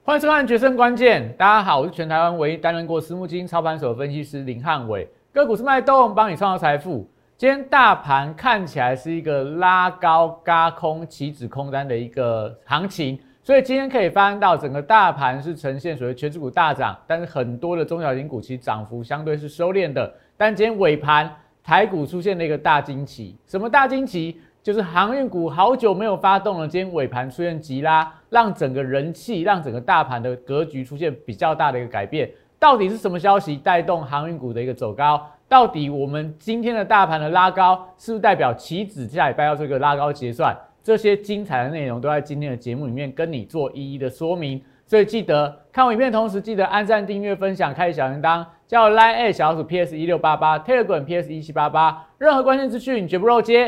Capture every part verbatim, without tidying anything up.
欢迎收看《决胜关键》，大家好，我是全台湾唯一担任过私募基金操盘手的分析师林汉伟，个股是脉动，帮你创造财富。今天大盘看起来是一个拉高、轧空、期指空单的一个行情，所以今天可以发现到整个大盘是呈现所谓权值股大涨，但是很多的中小型股其实涨幅相对是收敛的。但今天尾盘台股出现了一个大惊奇，什么大惊奇？就是航运股好久没有发动了，今天尾盘出现急拉，让整个人气、让整个大盘的格局出现比较大的一个改变。到底是什么消息带动航运股的一个走高？到底我们今天的大盘的拉高，是不是代表期指下礼拜要做一个拉高结算？这些精彩的内容都在今天的节目里面跟你做一一的说明。所以记得看我影片的同时，记得按赞、订阅、分享、开启小铃铛，加我 Line@ 小老鼠 P S 一六八八 Telegram P S 一七八八，任何关键资讯绝不漏接。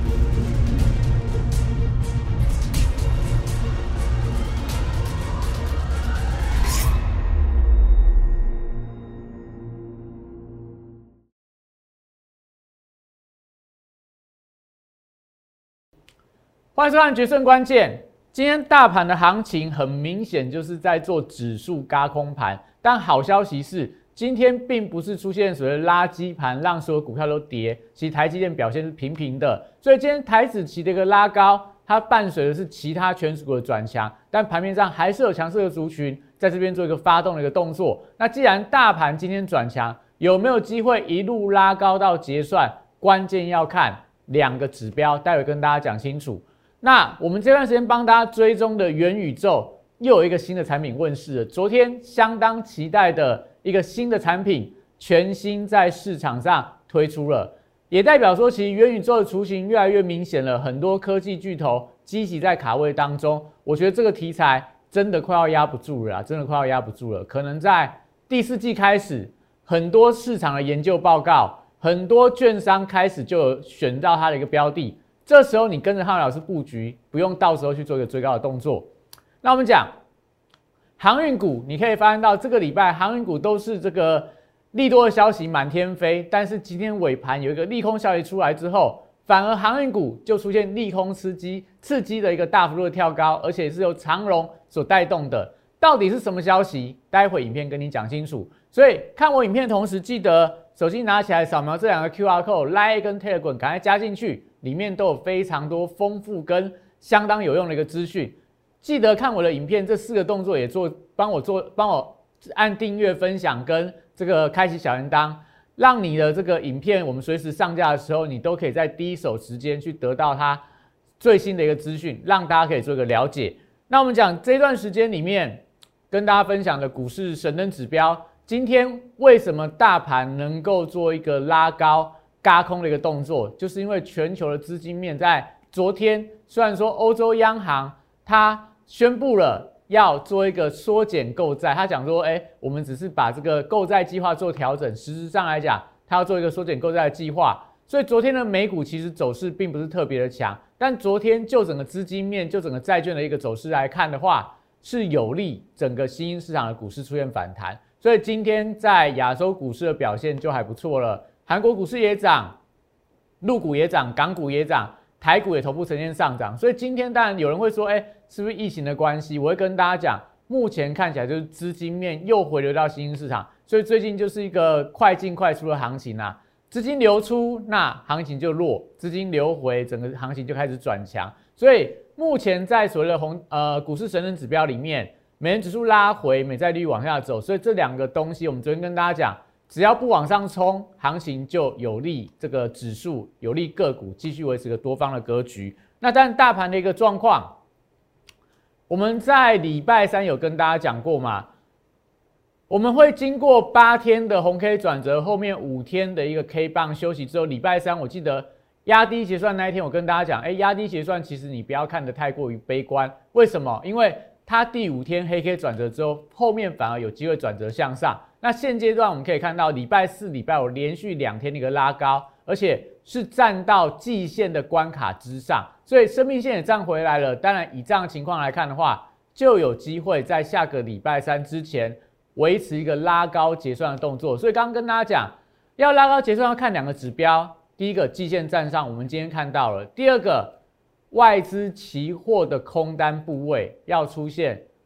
欢迎收看《决胜关键》。今天大盘的行情很明显就是在做指数轧空盘，但好消息是，今天并不是出现所谓垃圾盘，让所有股票都跌。其实台积电表现是平平的，所以今天台指期的一个拉高，它伴随的是其他权值股的转强，但盘面上还是有强势的族群在这边做一个发动的一个动作。那既然大盘今天转强，有没有机会一路拉高到结算？关键要看两个指标，待会跟大家讲清楚。那我们这段时间帮大家追踪的元宇宙又有一个新的产品问世了。昨天相当期待的一个新的产品，全新在市场上推出了，也代表说其实元宇宙的雏形越来越明显了。很多科技巨头积极在卡位当中，我觉得这个题材真的快要压不住了啦，真的快要压不住了。可能在第四季开始，很多市场的研究报告，很多券商开始就有选到它的一个标的。这时候你跟着汉伟老师布局，不用到时候去做一个追高的动作。那我们讲航运股，你可以发现到这个礼拜航运股都是这个利多的消息满天飞，但是今天尾盘有一个利空消息出来之后，反而航运股就出现利空刺激，刺激的一个大幅度的跳高，而且是由长荣所带动的。到底是什么消息？待会影片跟你讲清楚。所以看我影片的同时，记得手机拿起来扫描这两个 Q R code，Line 跟 Telegram 赶快加进去。里面都有非常多丰富跟相当有用的一个资讯，记得看我的影片，这四个动作也做，帮我做，帮我按订阅、分享跟这个开启小铃铛，让你的这个影片我们随时上架的时候，你都可以在第一手时间去得到它最新的一个资讯，让大家可以做一个了解。那我们讲这段时间里面跟大家分享的股市神灯指标，今天为什么大盘能够做一个拉高？轧空的一个动作，就是因为全球的资金面在昨天，虽然说欧洲央行它宣布了要做一个缩减购债，他讲说，哎，我们只是把这个购债计划做调整，实质上来讲，它要做一个缩减购债的计划，所以昨天的美股其实走势并不是特别的强，但昨天就整个资金面，就整个债券的一个走势来看的话，是有利整个新兴市场的股市出现反弹，所以今天在亚洲股市的表现就还不错了。韩国股市也涨，陆股也涨，港股也涨，台股也同步呈现上涨。所以今天当然有人会说，哎，是不是疫情的关系？我会跟大家讲，目前看起来就是资金面又回流到新兴市场，所以最近就是一个快进快出的行情啊。资金流出，那行情就弱；资金流回，整个行情就开始转强。所以目前在所谓的红呃股市神灯指标里面，美元指数拉回，美债利率往下走，所以这两个东西，我们昨天跟大家讲。只要不往上冲，行情就有利这个指数，有利个股继续维持个多方的格局。那但大盘的一个状况，我们在礼拜三有跟大家讲过嘛，我们会经过八天的红 K 转折，后面五天的一个 K 棒休息之后，礼拜三我记得压低结算那一天，我跟大家讲，哎，压低结算其实你不要看得太过于悲观，为什么？因为它第五天黑 K 转折之后，后面反而有机会转折向上。那现阶段我们可以看到，礼拜四、礼拜五连续两天的一个拉高，而且是站到季线的关卡之上，所以生命线也站回来了。当然，以这样的情况来看的话，就有机会在下个礼拜三之前维持一个拉高结算的动作。所以刚刚跟大家讲，要拉高结算要看两个指标，第一个季线站上，我们今天看到了；第二个外资期货的空单部位要出现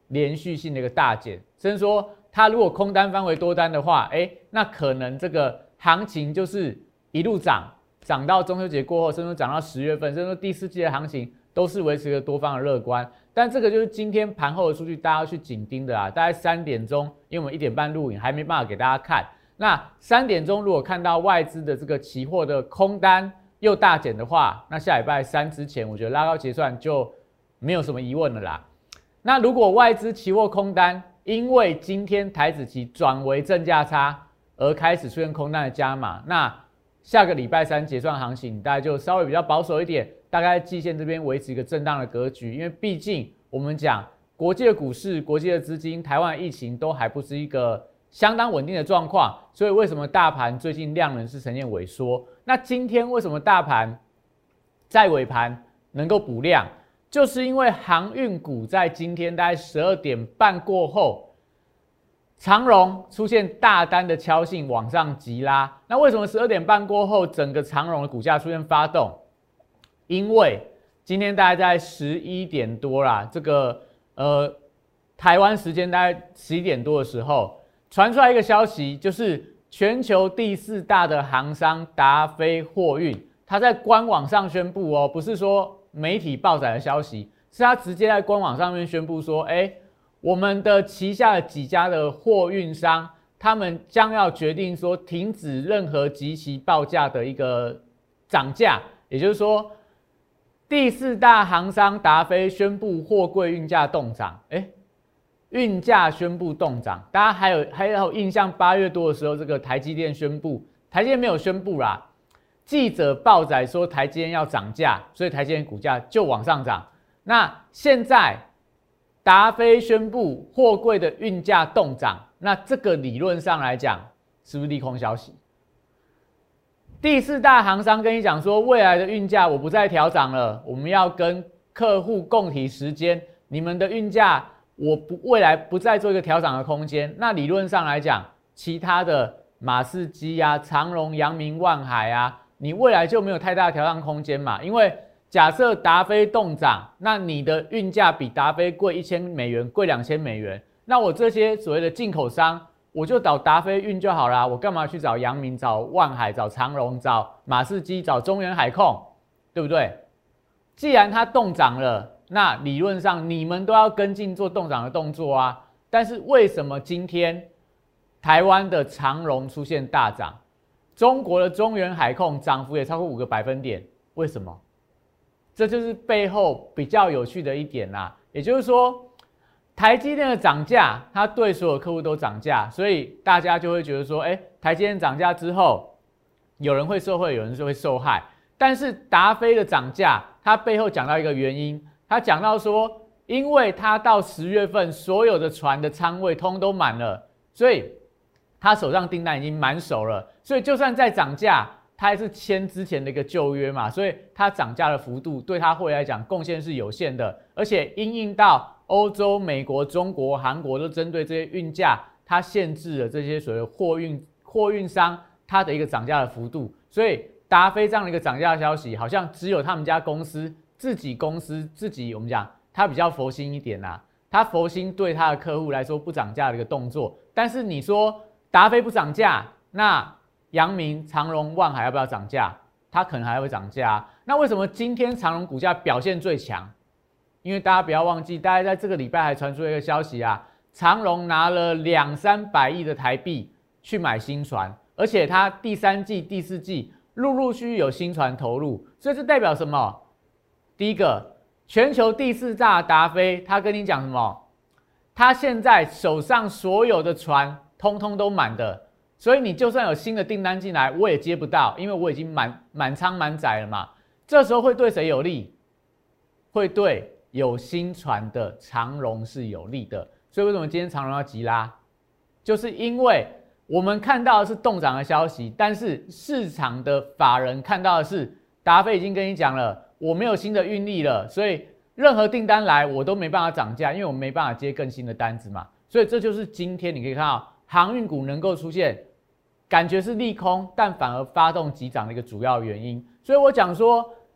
连续性的一个大减，甚至说它如果空单翻回多单的话，哎，那可能这个行情就是一路涨，涨到中秋节过后，甚至涨到十月份，甚至说第四季的行情都是维持一个多方的乐观。但这个就是今天盘后的数据，大家要去紧盯的啊。大概三点钟，因为我们一点半录影，还没办法给大家看。那三点钟如果看到外资的这个期货的空单又大减的话，那下礼拜三之前，我觉得拉高结算就没有什么疑问了啦。那如果外资期货空单因为今天台指期转为正价差而开始出现空单的加码，那下个礼拜三结算行情，大概就稍微比较保守一点，大概季线这边维持一个震荡的格局，因为毕竟我们讲国际的股市、国际的资金、台湾的疫情都还不是一个相当稳定的状况，所以为什么大盘最近量能是呈现萎缩？那今天为什么大盘在尾盘能够补量？就是因为航运股在今天大概十二点半过后，长荣出现大单的敲性往上急拉。那为什么十二点半过后整个长荣的股价出现发动？因为今天大概在十一点多啦，这个呃台湾时间大概十一点多的时候，传出来一个消息，就是全球第四大的航商达飞货运，它在官网上宣布哦，不是说媒体报载的消息，是他直接在官网上面宣布说，哎，我们的旗下的几家的货运商，他们将要决定说停止任何即期报价的一个涨价，也就是说，第四大航商达飞宣布货柜运价冻涨，哎，运价宣布冻涨，大家还有还有印象，八月多的时候，这个台积电宣布，台积电没有宣布啦。记者报载说台积电要涨价，所以台积电股价就往上涨。那现在达飞宣布货柜的运价冻涨，那这个理论上来讲是不是利空消息？第四大航商跟你讲说，未来的运价我不再调涨了，我们要跟客户共体时间，你们的运价我不未来不再做一个调涨的空间。那理论上来讲，其他的马士基啊、长荣、阳明、万海啊。你未来就没有太大的调涨空间嘛？因为假设达飞冻涨，那你的运价比达飞贵一千美元，贵两千美元，那我这些所谓的进口商，我就找达飞运就好啦，我干嘛去找阳明、找万海、找长荣、找马士基、找中原海控，对不对？既然它冻涨了，那理论上你们都要跟进做冻涨的动作啊。但是为什么今天台湾的长荣出现大涨？中国的中原海控涨幅也超过五个百分点，为什么？这就是背后比较有趣的一点啦。也就是说，台积电的涨价，它对所有客户都涨价，所以大家就会觉得说，哎，台积电涨价之后，有人会受惠，有人就会受害。但是达飞的涨价，它背后讲到一个原因，它讲到说，因为它到十月份所有的船的仓位通都满了，所以他手上订单已经满手了，所以就算再涨价，他还是签之前的一个旧约嘛，所以它涨价的幅度对他会来讲贡献是有限的，而且因应到欧洲、美国、中国、韩国都针对这些运价，它限制了这些所谓货运货运商它的一个涨价的幅度，所以达飞这样的一个涨价的消息，好像只有他们家公司自己公司自己，我们讲它比较佛心一点啦，它佛心对它的客户来说不涨价的一个动作，但是你说达飞不涨价，那阳明、长荣、万海要不要涨价？它可能还会涨价、啊。那为什么今天长荣股价表现最强？因为大家不要忘记，大概在这个礼拜还传出一个消息啊，长荣拿了两三百亿的台币去买新船，而且它第三季、第四季陆陆续续有新船投入，所以这代表什么？第一个，全球第四大达飞，他跟你讲什么？他现在手上所有的船通通都满的。所以你就算有新的订单进来，我也接不到，因为我已经满满仓满载了嘛。这时候会对谁有利？会对有新船的长荣是有利的。所以为什么今天长荣要急拉？就是因为我们看到的是冻涨的消息，但是市场的法人看到的是达飞已经跟你讲了，我没有新的运力了，所以任何订单来我都没办法涨价，因为我没办法接更新的单子嘛。所以这就是今天你可以看到航运股能够出现感觉是利空，但反而发动急涨的一个主要原因。所以我讲说，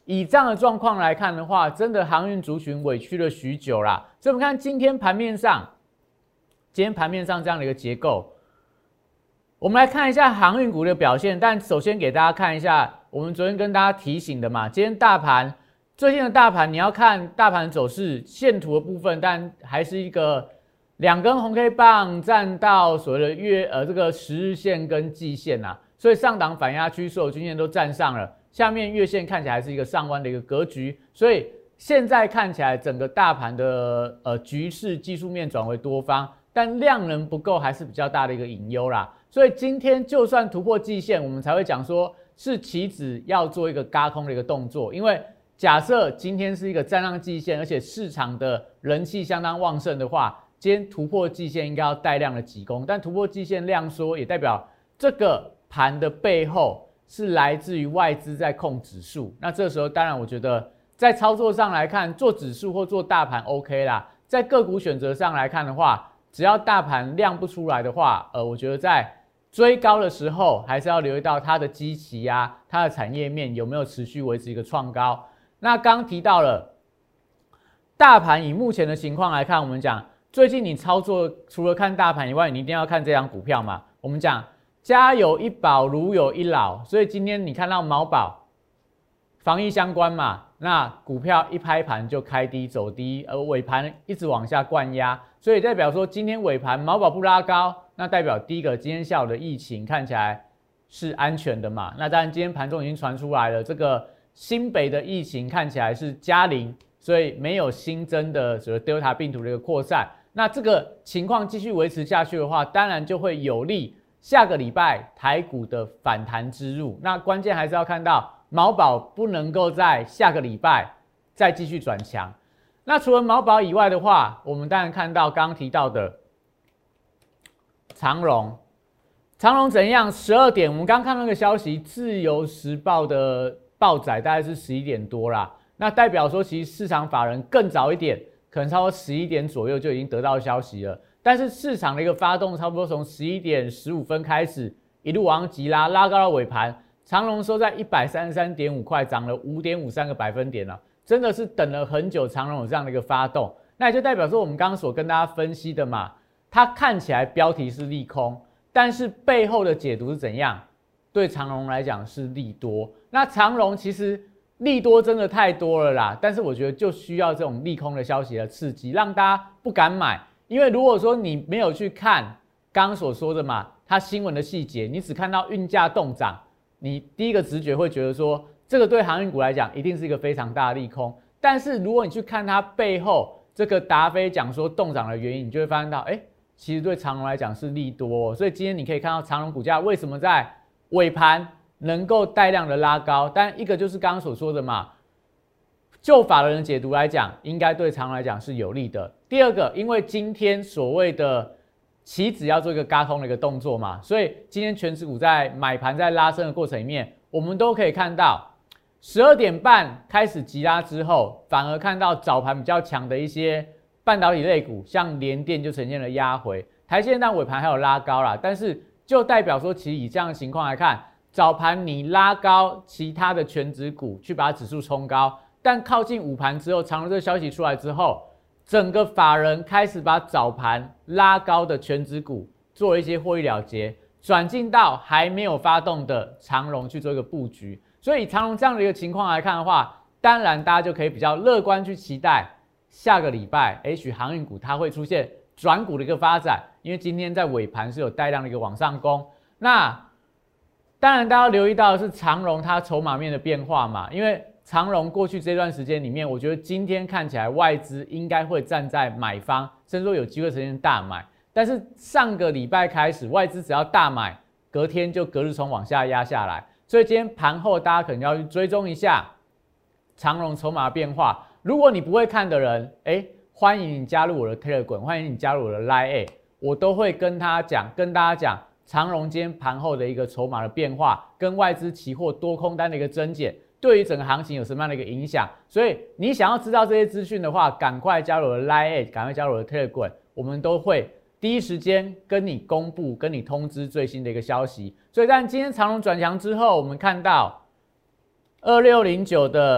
以这样的状况来看的话，真的航运族群委屈了许久啦。所以我们看今天盘面上，今天盘面上这样的一个结构，我们来看一下航运股的表现。但首先给大家看一下，我们昨天跟大家提醒的嘛，今天大盘最近的大盘，你要看大盘走势线图的部分，但还是一个两根红 K 棒站到所谓的月呃这个十日线跟季线啊，所以上档反压区所有均线都站上了，下面月线看起来还是一个上弯的一个格局，所以现在看起来整个大盘的呃局势技术面转为多方，但量能不够还是比较大的一个隐忧啦。所以今天就算突破季线，我们才会讲说是期指要做一个轧空的一个动作，因为假设今天是一个站上季线，而且市场的人气相当旺盛的话，今天突破季线应该要带量的急攻，但突破季线量缩也代表这个盘的背后是来自于外资在控指数。那这时候当然我觉得在操作上来看，做指数或做大盘 OK 啦，在个股选择上来看的话，只要大盘量不出来的话，呃，我觉得在追高的时候还是要留意到它的基期啊，它的产业面有没有持续维持一个创高。那刚提到了大盘，以目前的情况来看，我们讲最近你操作除了看大盘以外，你一定要看这张股票嘛。我们讲家有一宝，如有一老，所以今天你看到毛宝防疫相关嘛，那股票一拍盘就开低走低，而尾盘一直往下灌压，所以代表说今天尾盘毛宝不拉高，那代表第一个今天下午的疫情看起来是安全的嘛。那当然今天盘中已经传出来了，这个新北的疫情看起来是加零，所以没有新增的所谓 Delta 病毒的一个扩散。那这个情况继续维持下去的话，当然就会有利下个礼拜台股的反弹之路。那关键还是要看到毛宝不能够在下个礼拜再继续转强。那除了毛宝以外的话，我们当然看到刚刚提到的长荣。长荣怎样？十二点，我们刚看到那个消息，《自由时报》的报载大概是十一点多啦，那代表说其实市场法人更早一点，可能超过十一点左右就已经得到消息了。但是市场的一个发动，差不多从十一点十五分开始，一路往上急拉，拉高到尾盘，长荣收在一百三十三点五块，涨了五点五三个百分点了，真的是等了很久，长荣有这样的一个发动，那也就代表说我们刚刚所跟大家分析的嘛，它看起来标题是利空，但是背后的解读是怎样？对长荣来讲是利多。那长荣其实利多真的太多了啦，但是我觉得就需要这种利空的消息的刺激，让大家不敢买。因为如果说你没有去看刚刚所说的嘛，它新闻的细节，你只看到运价动涨，你第一个直觉会觉得说，这个对航运股来讲一定是一个非常大的利空。但是如果你去看它背后这个达菲讲说动涨的原因，你就会发现到，哎，其实对长荣来讲是利多哦。所以今天你可以看到长荣股价为什么在尾盘能够带量的拉高，但一个就是刚刚所说的嘛，就法人的解读来讲，应该对长荣来讲是有利的。第二个，因为今天所谓的期指要做一个轧空的一个动作嘛，所以今天全指股在买盘在拉升的过程里面，我们都可以看到，十二点半开始急拉之后，反而看到早盘比较强的一些半导体类股，像联电就呈现了压回，台积电当尾盘还有拉高啦，但是就代表说，其实以这样的情况来看，早盘你拉高其他的全指股去把指数冲高，但靠近午盘之后，长荣这个消息出来之后，整个法人开始把早盘拉高的全指股做一些获利了结，转进到还没有发动的长荣去做一个布局。所以以长荣这样的一个情况来看的话，当然大家就可以比较乐观去期待下个礼拜，也许航运股它会出现转股的一个发展，因为今天在尾盘是有带量的一个往上攻。那当然大家要留意到的是长荣它筹码面的变化嘛，因为长荣过去这段时间里面，我觉得今天看起来外资应该会站在买方，甚至说有机会呈现大买。但是上个礼拜开始，外资只要大买，隔天就隔日冲往下压下来。所以今天盘后大家可能要去追踪一下长荣筹码变化。如果你不会看的人，哎，欢迎你加入我的 Telegram， 欢迎你加入我的 Line， 我都会跟他讲，跟大家讲长荣今天盘后的一个筹码的变化，跟外资期货多空单的一个增减，对于整个行情有什么样的一个影响。所以你想要知道这些资讯的话，赶快加入我的 Line， 赶快加入我的 Telegram， 我们都会第一时间跟你公布、跟你通知最新的一个消息。所以，但今天长荣转强之后，我们看到二六零九的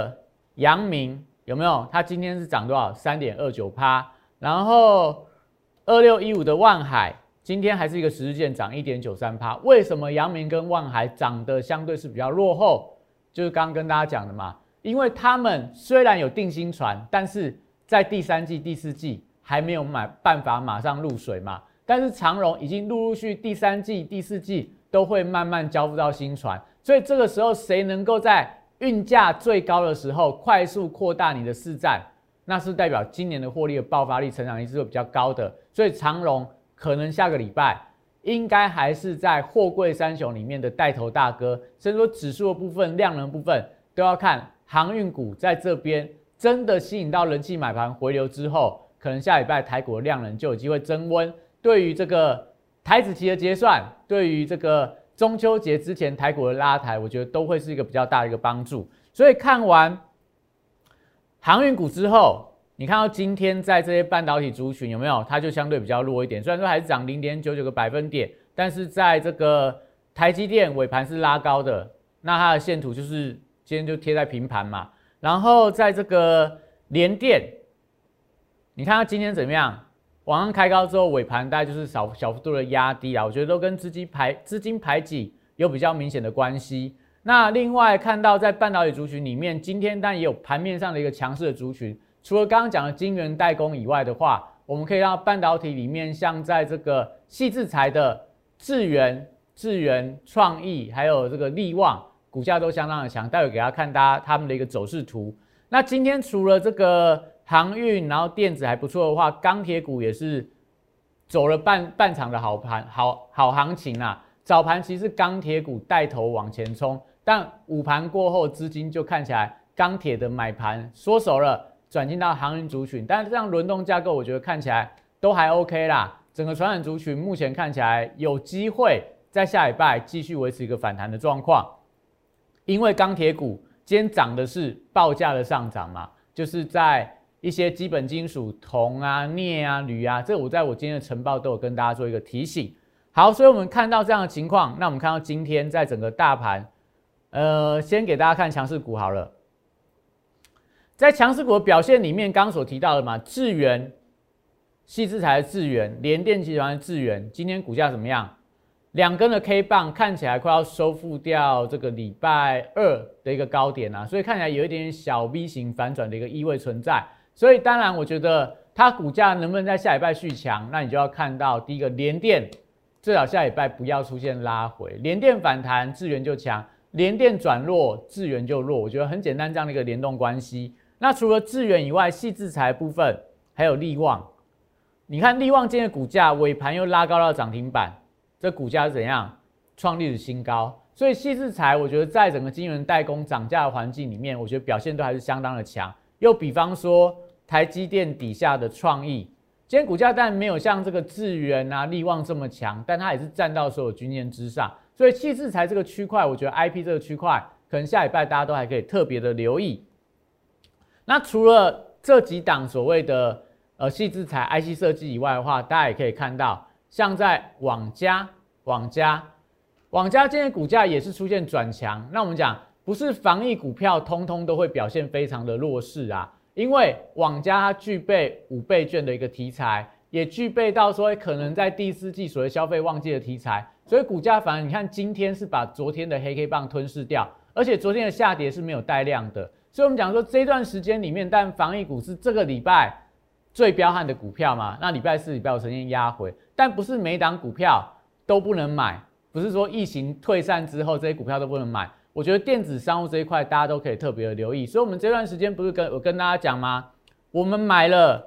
阳明有没有？它今天是涨多少？ 三点二九%。然后二六一五的万海今天还是一个十日线涨 一点九三%。为什么阳明跟万海涨得相对是比较落后？就是刚刚跟大家讲的嘛，因为他们虽然有定心船，但是在第三季、第四季还没有买办法马上入水嘛。但是长荣已经陆陆续第三季、第四季都会慢慢交付到新船，所以这个时候谁能够在运价最高的时候快速扩大你的市占，那是代表今年的获利的爆发力、成长力是会比较高的。所以长荣可能下个礼拜应该还是在货柜三雄里面的带头大哥，甚至说指数的部分、量能的部分都要看航运股在这边真的吸引到人气买盘回流之后，可能下礼拜台股的量能就有机会增温。对于这个台指期的结算，对于这个中秋节之前台股的拉抬，我觉得都会是一个比较大的一个帮助。所以看完航运股之后，你看到今天在这些半导体族群有没有？它就相对比较弱一点，虽然说还是涨 零点九九个百分点，但是在这个台积电尾盘是拉高的，那它的线图就是今天就贴在平盘嘛。然后在这个联电，你看它今天怎么样？往上开高之后，尾盘大概就是小小幅度的压低啊，我觉得都跟资金排资金排挤有比较明显的关系。那另外看到在半导体族群里面，今天当然也有盘面上的一个强势的族群，除了刚刚讲的晶圆代工以外的话，我们可以让半导体里面像在这个矽智财的智原、智原、创意还有这个力旺，股价都相当的强。待会给大家看大家他们的一个走势图。那今天除了这个航运，然后电子还不错的话，钢铁股也是走了半半场的好盘，好好行情啊。早盘其实钢铁股带头往前冲，但午盘过后，资金就看起来钢铁的买盘缩手了，转进到航运族群。但是这样轮动架构，我觉得看起来都还 OK 啦。整个传染族群目前看起来有机会在下礼拜继续维持一个反弹的状况，因为钢铁股今天涨的是报价的上涨嘛，就是在一些基本金属，铜啊、镍啊、铝啊，这我在我今天的晨报都有跟大家做一个提醒。好，所以我们看到这样的情况，那我们看到今天在整个大盘，呃，先给大家看强势股好了。在强势股的表现里面，刚刚所提到的嘛，智原、矽智财的智原、联电集团的智原，今天股价怎么样？两根的 K 棒看起来快要收复掉这个礼拜二的一个高点啊，所以看起来有一点小 V 型反转的一个意味存在。所以当然，我觉得它股价能不能在下礼拜续强，那你就要看到第一个联电，最好下礼拜不要出现拉回，联电反弹，智原就强；联电转弱，智原就弱。我觉得很简单这样的一个联动关系。那除了智原以外，矽智财部分还有力旺，你看力旺今天的股价尾盘又拉高到涨停板，这股价是怎样？创历史新高。所以矽智财，我觉得在整个晶圆代工涨价的环境里面，我觉得表现都还是相当的强。又比方说台积电底下的创意，今天股价当然没有像这个智原啊、力旺这么强，但它也是站到所有均线之上。所以矽智财这个区块，我觉得 I P 这个区块，可能下礼拜大家都还可以特别的留意。那除了这几档所谓的呃矽智财 I C 设计以外的话，大家也可以看到，像在网家、网家、网家今天股价也是出现转强。那我们讲，不是防疫股票通通都会表现非常的弱势啊，因为网家它具备五倍券的一个题材，也具备到说可能在第四季所谓消费旺季的题材，所以股价反而你看今天是把昨天的黑 K 棒吞噬掉，而且昨天的下跌是没有带量的。所以我们讲说这段时间里面，但防疫股是这个礼拜最彪悍的股票嘛，那礼拜四、礼拜五呈现压回，但不是每档股票都不能买，不是说疫情退散之后这些股票都不能买。我觉得电子商务这一块大家都可以特别的留意。所以我们这段时间不是跟我跟大家讲吗？我们买了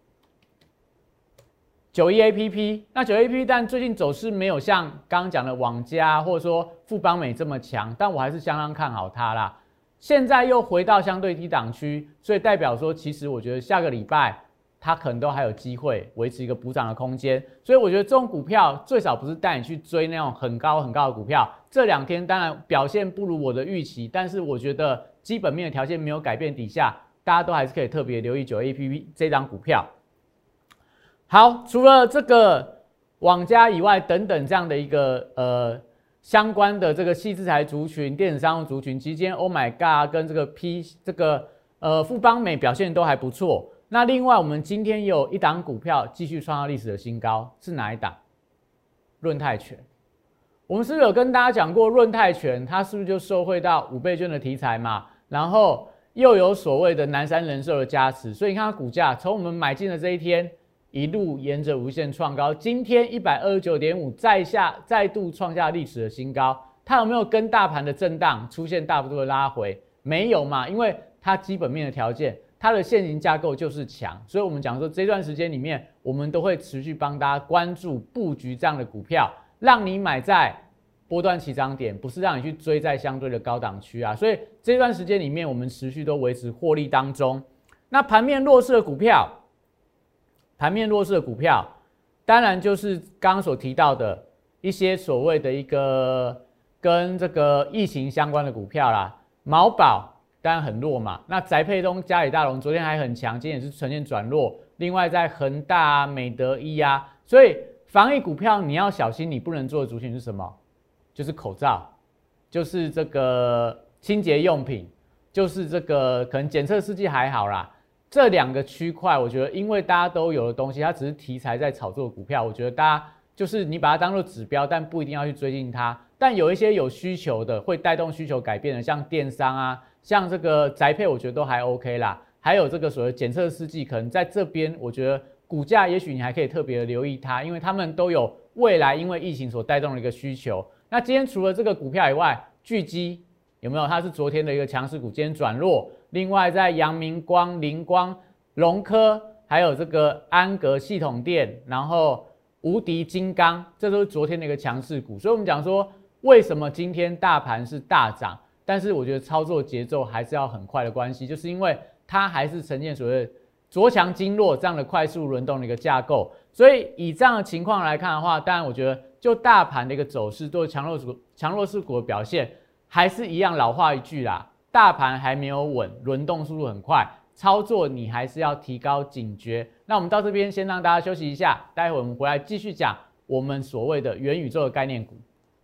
九一 A P P， 那九一 A P P 但最近走势没有像刚刚讲的网家或者说富邦美这么强，但我还是相当看好它啦。现在又回到相对低档区，所以代表说，其实我觉得下个礼拜它可能都还有机会维持一个补涨的空间。所以我觉得这种股票最少不是带你去追那种很高很高的股票。这两天当然表现不如我的预期，但是我觉得基本面的条件没有改变底下，大家都还是可以特别留意九 A P P 这张股票。好，除了这个网家以外，等等这样的一个呃。相关的这个矽智财族群、电子商务族群，其实今天 Oh my God 跟这个 P 这个呃，富邦美表现都还不错。那另外，我们今天有一档股票继续创造历史的新高，是哪一档？润泰全。我们是不是有跟大家讲过，润泰全它是不是就受惠到五倍券的题材嘛？然后又有所谓的南山人寿的加持，所以你看它股价从我们买进的这一天，一路沿着无限创高，今天一百二十九点五，再下再度创下历史的新高。它有没有跟大盘的震荡出现大幅度的拉回？没有嘛，因为它基本面的条件，它的现行架构就是强，所以我们讲说这段时间里面，我们都会持续帮大家关注布局这样的股票，让你买在波段起涨点，不是让你去追在相对的高档区啊。所以这段时间里面，我们持续都维持获利当中。那盘面弱势的股票，盘面弱势的股票，当然就是刚刚所提到的一些所谓的一个跟这个疫情相关的股票啦，毛宝。当然很弱嘛，那宅配东、嘉里大荣昨天还很强，今天也是呈现转弱。另外在恒大啊、美德一啊，所以防疫股票你要小心，你不能做的族群是什么？就是口罩，就是这个清洁用品，就是这个可能检测试剂还好啦。这两个区块，我觉得因为大家都有的东西，它只是题材在炒作的股票，我觉得大家就是你把它当做指标，但不一定要去追进它。但有一些有需求的，会带动需求改变的，像电商啊。像这个宅配，我觉得都还 OK 啦。还有这个所谓检测试剂，可能在这边，我觉得股价也许你还可以特别的留意它，因为他们都有未来因为疫情所带动的一个需求。那今天除了这个股票以外，巨基有没有？它是昨天的一个强势股，今天转弱。另外在阳明光、凌光、荣科，还有这个安格系统电，然后无敌金刚，这都是昨天的一个强势股。所以我们讲说，为什么今天大盘是大涨？但是我觉得操作节奏还是要很快的关系，就是因为它还是呈现所谓着强经弱这样的快速轮动的一个架构，所以以这样的情况来看的话，当然我觉得就大盘的一个走势，对强弱股、强弱势股的表现，还是一样老话一句啦，大盘还没有稳，轮动速度很快，操作你还是要提高警觉。那我们到这边先让大家休息一下，待会我们回来继续讲我们所谓的元宇宙的概念股。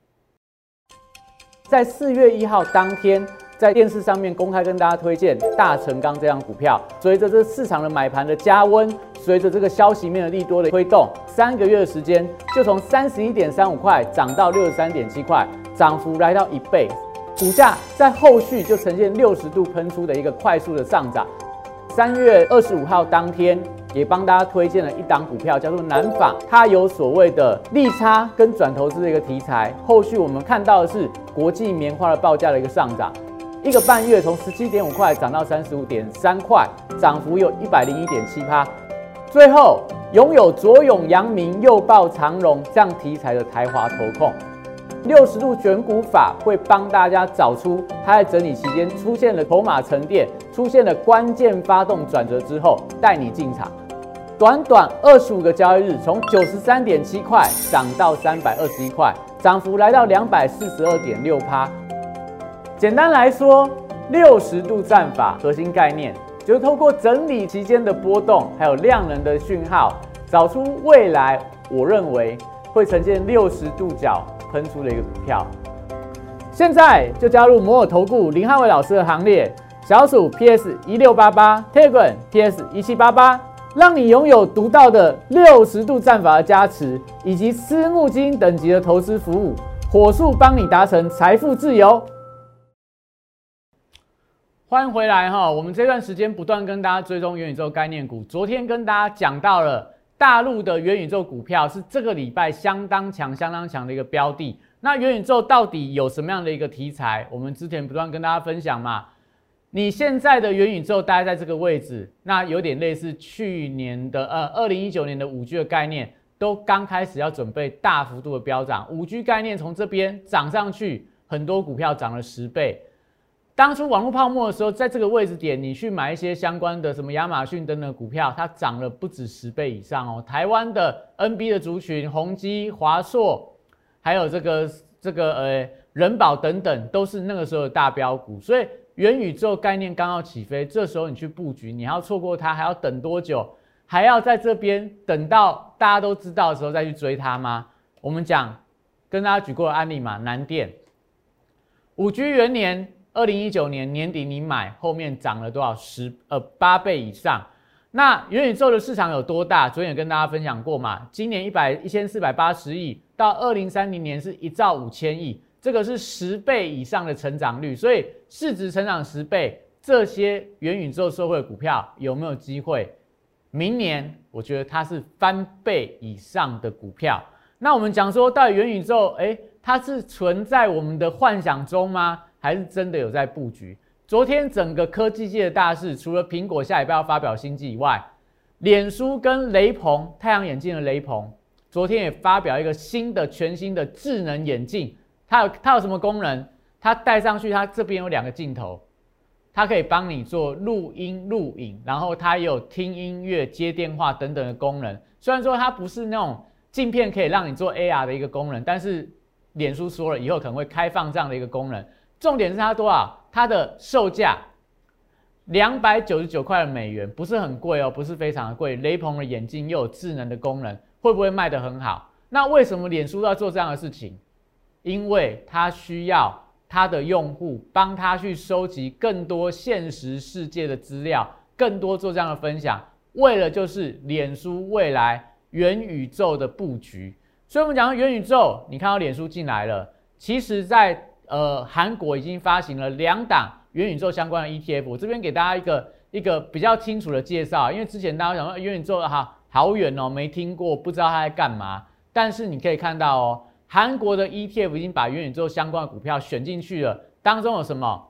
在四月一号当天，在电视上面公开跟大家推荐大成钢这张股票。随着这市场的买盘的加温，随着这个消息面的利多的推动，三个月的时间就从三十一点三五块涨到六十三点七块，涨幅来到一倍。股价在后续就呈现六十度喷出的一个快速的上涨。三月二十五号当天，也帮大家推荐了一档股票，叫做南纺，它有所谓的利差跟转投资的一个题材。后续我们看到的是国际棉花的报价的一个上涨，一个半月从十七点五块涨到三十五点三块，涨幅有一百零一点七趴。最后拥有左拥阳明、右抱长荣这样题材的台华投控，六十度选股法会帮大家找出它在整理期间出现了筹码沉淀，出现了关键发动转折之后，带你进场。短短二十五个交易日，从九十三点七块涨到三百二十一块，涨幅来到两百四十二点六趴。简单来说，六十度战法核心概念就是透过整理期间的波动，还有量能的讯号，找出未来我认为会呈现六十度角喷出的一个股票。现在就加入摩尔投顾林汉伟老师的行列，小鼠 P S 一六八八 Telegram P S 一七八八。让你拥有独到的六十度战法的加持，以及私募基金等级的投资服务，火速帮你达成财富自由。欢迎回来哈！我们这段时间不断跟大家追踪元宇宙概念股，昨天跟大家讲到了大陆的元宇宙股票是这个礼拜相当强、相当强的一个标的。那元宇宙到底有什么样的一个题材？我们之前不断跟大家分享嘛。你现在的元宇宙待在这个位置，那有点类似去年的呃二零一九年的五 G 的概念，都刚开始要准备大幅度的飙涨。五 G 概念从这边涨上去，很多股票涨了十倍。当初网络泡沫的时候，在这个位置点，你去买一些相关的什么亚马逊等等的股票，它涨了不止十倍以上哦。台湾的 N B 的族群，宏基、华硕，还有这个这个呃人保等等，都是那个时候的大标股，所以。元宇宙概念刚要起飞，这时候你去布局，你还要错过它，还要等多久？还要在这边等到大家都知道的时候再去追它吗？我们讲跟大家举过的案例嘛，南电五 G 元年二零一九年年底你买，后面涨了多少？十呃八倍以上。那元宇宙的市场有多大？昨天也跟大家分享过嘛，今年一百一千四百八十亿，到二零三零年是一兆五千亿，这个是十倍以上的成长率，所以市值成长十倍，这些元宇宙社会的股票有没有机会？明年我觉得它是翻倍以上的股票。那我们讲说，到底元宇宙，哎，它是存在我们的幻想中吗？还是真的有在布局？昨天整个科技界的大事，除了苹果下礼拜要发表新机以外，脸书跟雷朋太阳眼镜的雷朋，昨天也发表一个新的全新的智能眼镜。它有它有什么功能？它戴上去，它这边有两个镜头，它可以帮你做录音录影，然后它也有听音乐、接电话等等的功能。虽然说它不是那种镜片可以让你做 A R 的一个功能，但是脸书说了，以后可能会开放这样的一个功能。重点是它多少？它的售价两百九十九块美元，不是很贵哦，不是非常的贵。雷朋的眼镜又有智能的功能，会不会卖得很好？那为什么脸书要做这样的事情？因为它需要它的用户帮它去收集更多现实世界的资料，更多做这样的分享，为了就是脸书未来元宇宙的布局。所以我们讲到元宇宙，你看到脸书进来了，其实在呃，韩国已经发行了两档元宇宙相关的 E T F， 我这边给大家一个一个比较清楚的介绍，因为之前大家讲说元宇宙哈好远哦，没听过，不知道它在干嘛。但是你可以看到哦，韩国的 E T F 已经把元宇宙相关的股票选进去了，当中有什么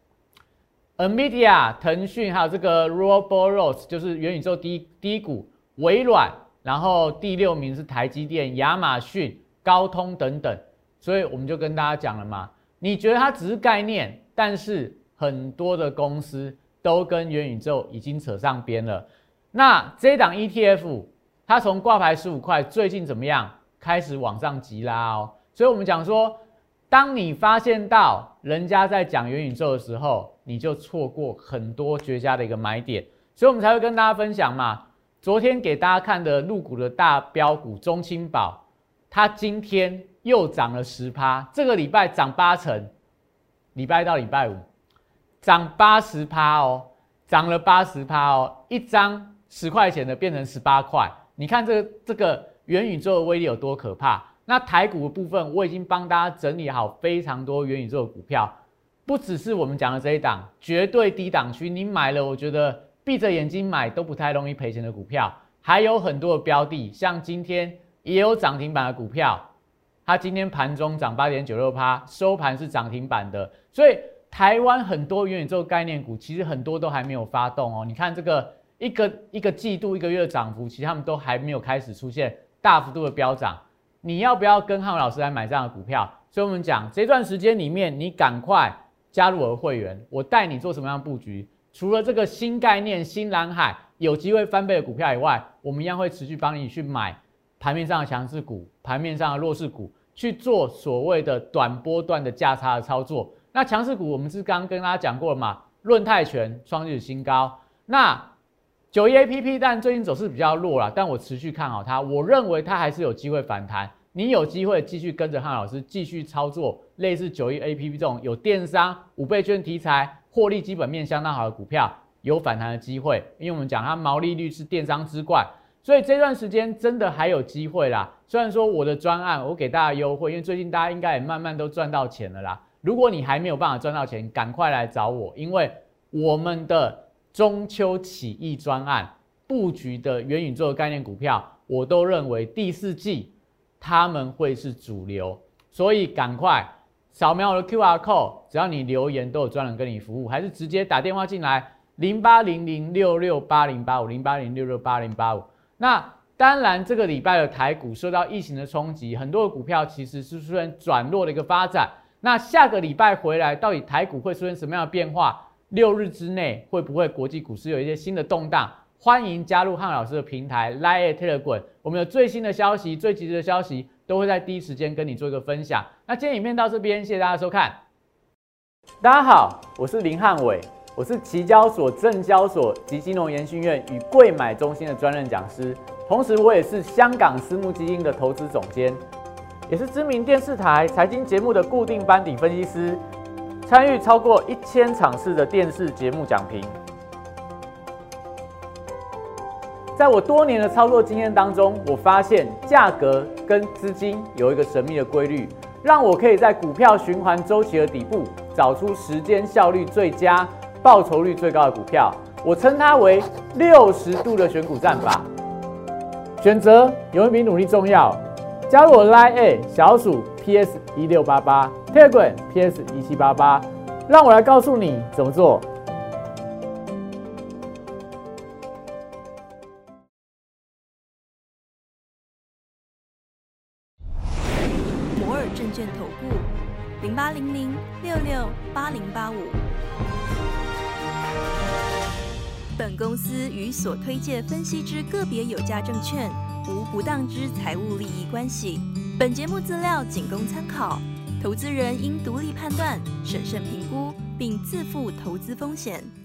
？NVIDIA、腾讯，还有这个 Roboros， 就是元宇宙第一第一股，微软，然后第六名是台积电、亚马逊、高通等等。所以我们就跟大家讲了嘛。你觉得它只是概念，但是很多的公司都跟元宇宙已经扯上边了。那这一档 E T F， 它从挂牌十五块，最近怎么样？开始往上急拉哦。所以我们讲说，当你发现到人家在讲元宇宙的时候，你就错过很多绝佳的一个买点。所以我们才会跟大家分享嘛。昨天给大家看的入股的大标股中青宝，它今天又涨了 百分之十， 这个礼拜涨八成，礼拜到礼拜五涨 百分之八十 哦，涨了 百分之八十 哦，一张十块钱的变成十八块，你看这个这个元宇宙的威力有多可怕？那台股的部分，我已经帮大家整理好非常多元宇宙的股票，不只是我们讲的这一档，绝对低档区，你买了，我觉得闭着眼睛买都不太容易赔钱的股票，还有很多的标的，像今天也有涨停板的股票。它今天盘中涨 百分之八点九六， 收盘是涨停板的，所以台湾很多元宇宙概念股其实很多都还没有发动哦。你看这个一个一个季度一个月的涨幅，其实他们都还没有开始出现大幅度的飙涨。你要不要跟汉伟老师来买这样的股票？所以我们讲这段时间里面，你赶快加入我的会员，我带你做什么样的布局？除了这个新概念、新蓝海有机会翻倍的股票以外，我们一样会持续帮你去买盘面上的强势股、盘面上的弱势股。去做所谓的短波段的价差的操作。那强势股我们是刚刚跟大家讲过了嘛，润泰全创历史新高。那九一 A P P 但最近走势比较弱啦，但我持续看好它，我认为它还是有机会反弹。你有机会继续跟着汉老师继续操作类似九一 A P P 这种有电商、五倍券题材、获利基本面相当好的股票，有反弹的机会。因为我们讲它毛利率是电商之冠。所以这段时间真的还有机会啦。虽然说我的专案我给大家优惠，因为最近大家应该也慢慢都赚到钱了啦。如果你还没有办法赚到钱，赶快来找我，因为我们的中秋起义专案布局的元宇宙的概念股票，我都认为第四季他们会是主流。所以赶快扫描我的 Q R code， 只要你留言都有专人跟你服务，还是直接打电话进来零八零零六六八零八五 零八零六六八零八五。那当然，这个礼拜的台股受到疫情的冲击，很多的股票其实是出现转弱的一个发展。那下个礼拜回来，到底台股会出现什么样的变化？六日之内会不会国际股市有一些新的动荡？欢迎加入汉老师的平台 Line Telegram， 我们有最新的消息、最及时的消息都会在第一时间跟你做一个分享。那今天影片到这边，谢谢大家收看。大家好，我是林汉伟。我是期交所、证交所及金融研训院与贵买中心的专任讲师，同时我也是香港私募基金的投资总监，也是知名电视台财经节目的固定班底分析师。 参与超过一千场次的电视节目讲评。在我多年的操作经验当中，我发现价格跟资金有一个神秘的规律，让我可以在股票循环周期的底部找出时间效率最佳、报酬率最高的股票。我称它为六十度的选股战法。选择永远比努力重要。加入我 Line A 小鼠 P S 一六八八 Telegram P S 一七八八，让我来告诉你怎么做。 摩尔证券投顾零八零零六六八零八五。本公司与所推介分析之个别有价证券无不当之财务利益关系。本节目资料仅供参考，投资人应独立判断、审慎评估，并自负投资风险。